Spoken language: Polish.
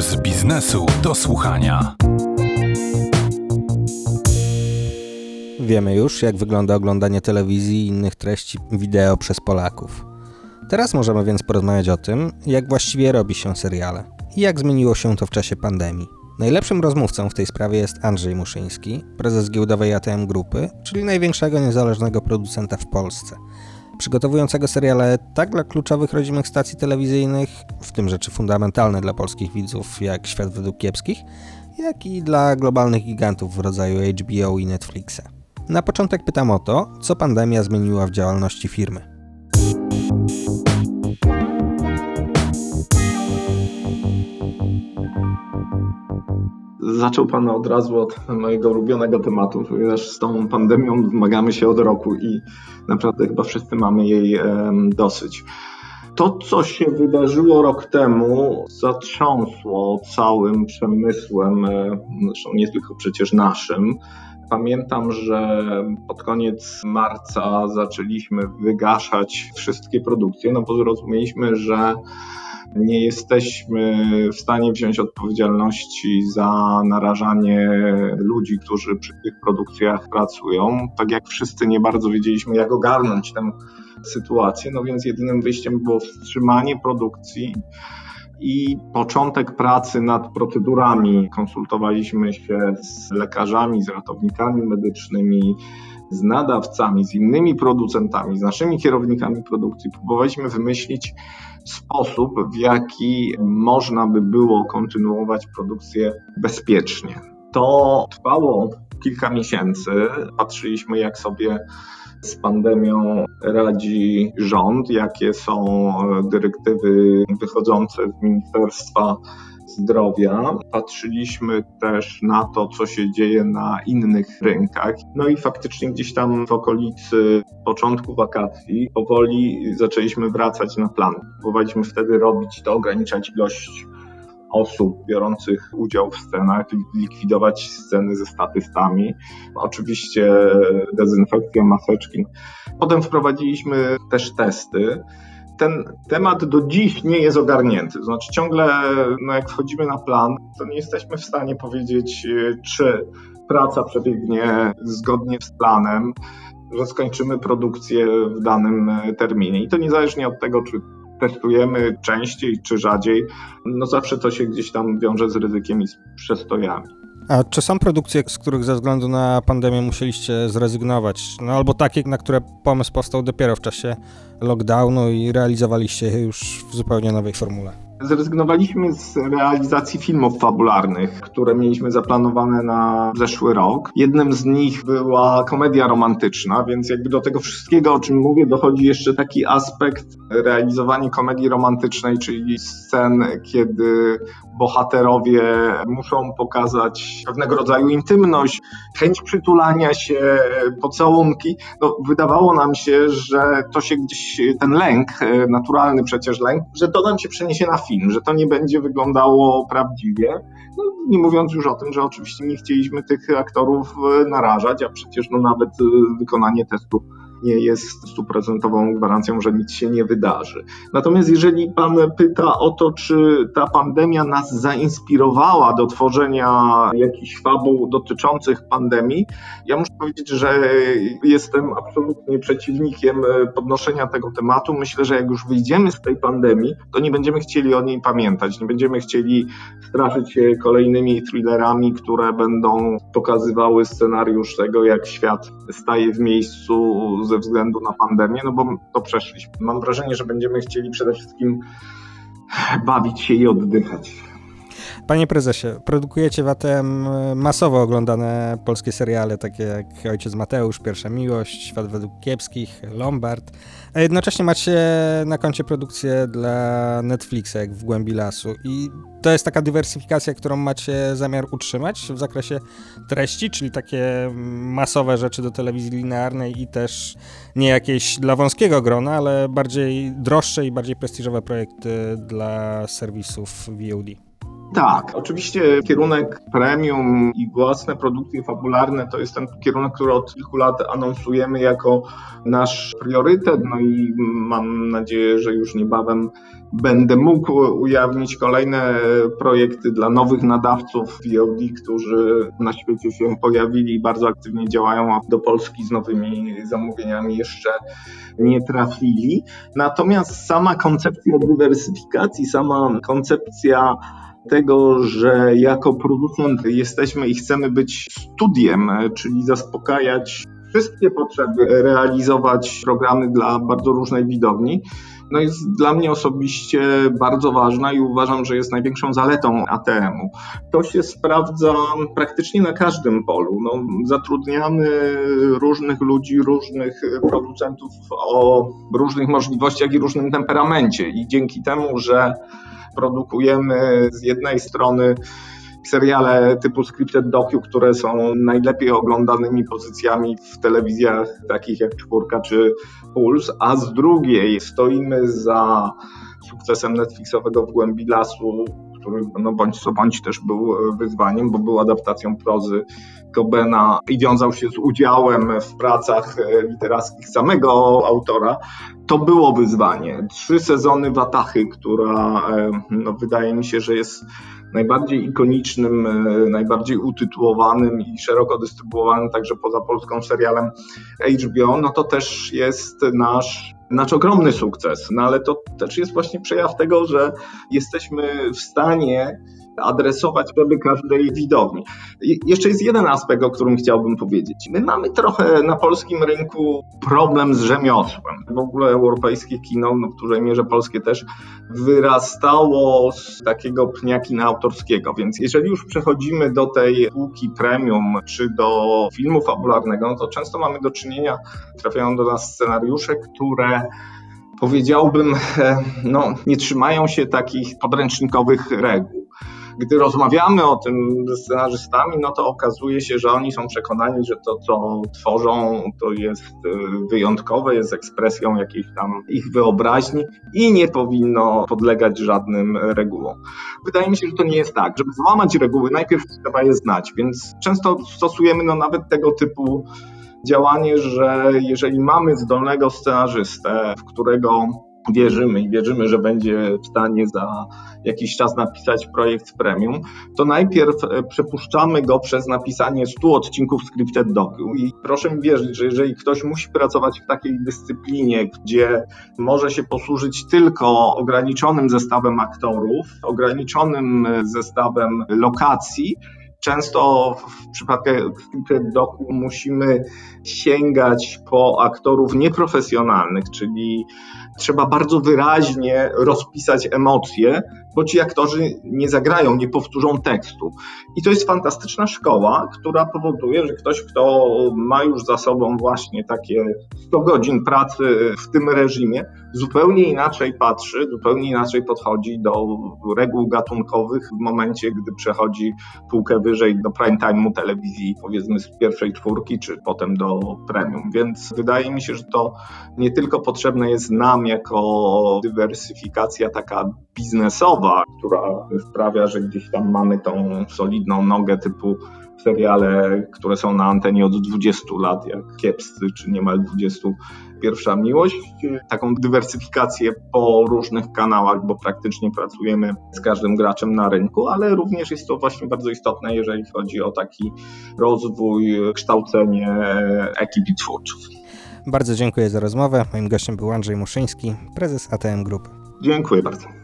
Z biznesu do słuchania. Wiemy już, jak wygląda oglądanie telewizji i innych treści wideo przez Polaków. Teraz możemy więc porozmawiać o tym, jak właściwie robi się seriale i jak zmieniło się to w czasie pandemii. Najlepszym rozmówcą w tej sprawie jest Andrzej Muszyński, prezes giełdowej ATM Grupy, czyli największego niezależnego producenta w Polsce, przygotowującego seriale tak dla kluczowych rodzimych stacji telewizyjnych, w tym rzeczy fundamentalne dla polskich widzów jak Świat według kiepskich, jak i dla globalnych gigantów w rodzaju HBO i Netflixa. Na początek pytam o to, co pandemia zmieniła w działalności firmy. Zaczął Pan od razu od mojego ulubionego tematu, ponieważ z tą pandemią zmagamy się od roku i naprawdę chyba wszyscy mamy jej dosyć. To, co się wydarzyło rok temu, zatrząsło całym przemysłem, zresztą nie tylko przecież naszym. Pamiętam, że pod koniec marca zaczęliśmy wygaszać wszystkie produkcje, bo zrozumieliśmy, że nie jesteśmy w stanie wziąć odpowiedzialności za narażanie ludzi, którzy przy tych produkcjach pracują. Tak jak wszyscy nie bardzo wiedzieliśmy, jak ogarnąć tę sytuację, więc jedynym wyjściem było wstrzymanie produkcji i początek pracy nad procedurami. Konsultowaliśmy się z lekarzami, z ratownikami medycznymi, z nadawcami, z innymi producentami, z naszymi kierownikami produkcji. Próbowaliśmy wymyślić sposób, w jaki można by było kontynuować produkcję bezpiecznie. To trwało kilka miesięcy. Patrzyliśmy, jak sobie z pandemią radzi rząd, jakie są dyrektywy wychodzące z Ministerstwa Zdrowia. Patrzyliśmy też na to, co się dzieje na innych rynkach. I faktycznie gdzieś tam w okolicy początku wakacji powoli zaczęliśmy wracać na plan. Próbowaliśmy wtedy robić to, ograniczać ilość osób biorących udział w scenach, likwidować sceny ze statystami. Oczywiście dezynfekcja, maseczki. Potem wprowadziliśmy też testy. Ten temat do dziś nie jest ogarnięty. To znaczy ciągle, jak wchodzimy na plan, to nie jesteśmy w stanie powiedzieć, czy praca przebiegnie zgodnie z planem, że skończymy produkcję w danym terminie. I to niezależnie od tego, czy testujemy częściej czy rzadziej, zawsze to się gdzieś tam wiąże z ryzykiem i z przestojami. A czy są produkcje, z których ze względu na pandemię musieliście zrezygnować? Albo takie, na które pomysł powstał dopiero w czasie lockdownu i realizowaliście je już w zupełnie nowej formule? Zrezygnowaliśmy z realizacji filmów fabularnych, które mieliśmy zaplanowane na zeszły rok. Jednym z nich była komedia romantyczna, więc jakby do tego wszystkiego, o czym mówię, dochodzi jeszcze taki aspekt realizowania komedii romantycznej, czyli scen, kiedy bohaterowie muszą pokazać pewnego rodzaju intymność, chęć przytulania się, pocałunki. Wydawało nam się, że to się gdzieś, ten lęk, naturalny przecież lęk, że to nam się przeniesie na film, że to nie będzie wyglądało prawdziwie. Nie mówiąc już o tym, że oczywiście nie chcieliśmy tych aktorów narażać, a przecież nawet wykonanie testu nie jest stuprocentową gwarancją, że nic się nie wydarzy. Natomiast jeżeli Pan pyta o to, czy ta pandemia nas zainspirowała do tworzenia jakichś fabuł dotyczących pandemii, ja muszę powiedzieć, że jestem absolutnie przeciwnikiem podnoszenia tego tematu. Myślę, że jak już wyjdziemy z tej pandemii, to nie będziemy chcieli o niej pamiętać, nie będziemy chcieli straszyć się kolejnymi thrillerami, które będą pokazywały scenariusz tego, jak świat staje w miejscu ze względu na pandemię, bo to przeszliśmy. Mam wrażenie, że będziemy chcieli przede wszystkim bawić się i oddychać. Panie prezesie, produkujecie w ATM masowo oglądane polskie seriale, takie jak Ojciec Mateusz, Pierwsza Miłość, Świat według kiepskich, Lombard, a jednocześnie macie na koncie produkcję dla Netflixa, jak W głębi lasu. I to jest taka dywersyfikacja, którą macie zamiar utrzymać w zakresie treści, czyli takie masowe rzeczy do telewizji linearnej i też nie jakieś dla wąskiego grona, ale bardziej droższe i bardziej prestiżowe projekty dla serwisów VOD. Tak, oczywiście kierunek premium i własne produkcje fabularne to jest ten kierunek, który od kilku lat anonsujemy jako nasz priorytet, no i mam nadzieję, że już niebawem będę mógł ujawnić kolejne projekty dla nowych nadawców VOD, którzy na świecie się pojawili i bardzo aktywnie działają, a do Polski z nowymi zamówieniami jeszcze nie trafili. Natomiast sama koncepcja dywersyfikacji, sama koncepcja tego, że jako producent jesteśmy i chcemy być studiem, czyli zaspokajać wszystkie potrzeby, realizować programy dla bardzo różnej widowni, no jest dla mnie osobiście bardzo ważna i uważam, że jest największą zaletą ATM-u. To się sprawdza praktycznie na każdym polu. Zatrudniamy różnych ludzi, różnych producentów o różnych możliwościach i różnym temperamencie i dzięki temu, że produkujemy z jednej strony seriale typu scripted docu, które są najlepiej oglądanymi pozycjami w telewizjach takich jak Czwórka czy Puls, a z drugiej stoimy za sukcesem Netflixowego W głębi lasu, który bądź co bądź też był wyzwaniem, bo był adaptacją prozy Cobena i wiązał się z udziałem w pracach literackich samego autora. To było wyzwanie. 3 sezony Watachy, która wydaje mi się, że jest najbardziej ikonicznym, najbardziej utytułowanym i szeroko dystrybuowanym także poza Polską serialem HBO, no to też jest nasz ogromny sukces. No ale to też jest właśnie przejaw tego, że jesteśmy w stanie adresować potrzeby każdej widowni. Jeszcze jest jeden aspekt, o którym chciałbym powiedzieć. My mamy trochę na polskim rynku problem z rzemiosłem. W ogóle europejskie kino, w dużej mierze polskie też, wyrastało z takiego pnia kina autorskiego, więc jeżeli już przechodzimy do tej półki premium czy do filmu fabularnego, no to często mamy do czynienia, trafiają do nas scenariusze, które powiedziałbym, nie trzymają się takich podręcznikowych reguł. Gdy rozmawiamy o tym ze scenarzystami, no to okazuje się, że oni są przekonani, że to, co tworzą, to jest wyjątkowe, jest ekspresją jakiejś tam ich wyobraźni i nie powinno podlegać żadnym regułom. Wydaje mi się, że to nie jest tak. Żeby złamać reguły, najpierw trzeba je znać, więc często stosujemy nawet tego typu działanie, że jeżeli mamy zdolnego scenarzystę, w którego wierzymy, że będzie w stanie za jakiś czas napisać projekt premium, to najpierw przepuszczamy go przez napisanie 100 odcinków scripted docu i proszę mi wierzyć, że jeżeli ktoś musi pracować w takiej dyscyplinie, gdzie może się posłużyć tylko ograniczonym zestawem aktorów, ograniczonym zestawem lokacji, często w przypadku scripted docu musimy sięgać po aktorów nieprofesjonalnych, czyli trzeba bardzo wyraźnie rozpisać emocje, bo ci aktorzy nie zagrają, nie powtórzą tekstu. I to jest fantastyczna szkoła, która powoduje, że ktoś, kto ma już za sobą właśnie takie 100 godzin pracy w tym reżimie, zupełnie inaczej patrzy, zupełnie inaczej podchodzi do reguł gatunkowych w momencie, gdy przechodzi półkę wyżej do prime time'u telewizji, powiedzmy z pierwszej 4, czy potem do premium. Więc wydaje mi się, że to nie tylko potrzebne jest nam jako dywersyfikacja taka biznesowa, która sprawia, że gdzieś tam mamy tą solidną nogę typu seriale, które są na antenie od 20 lat, jak Kiepscy, czy niemal 20, Pierwsza miłość. Taką dywersyfikację po różnych kanałach, bo praktycznie pracujemy z każdym graczem na rynku, ale również jest to właśnie bardzo istotne, jeżeli chodzi o taki rozwój, kształcenie ekip i twórców. Bardzo dziękuję za rozmowę. Moim gościem był Andrzej Muszyński, prezes ATM Group. Dziękuję bardzo.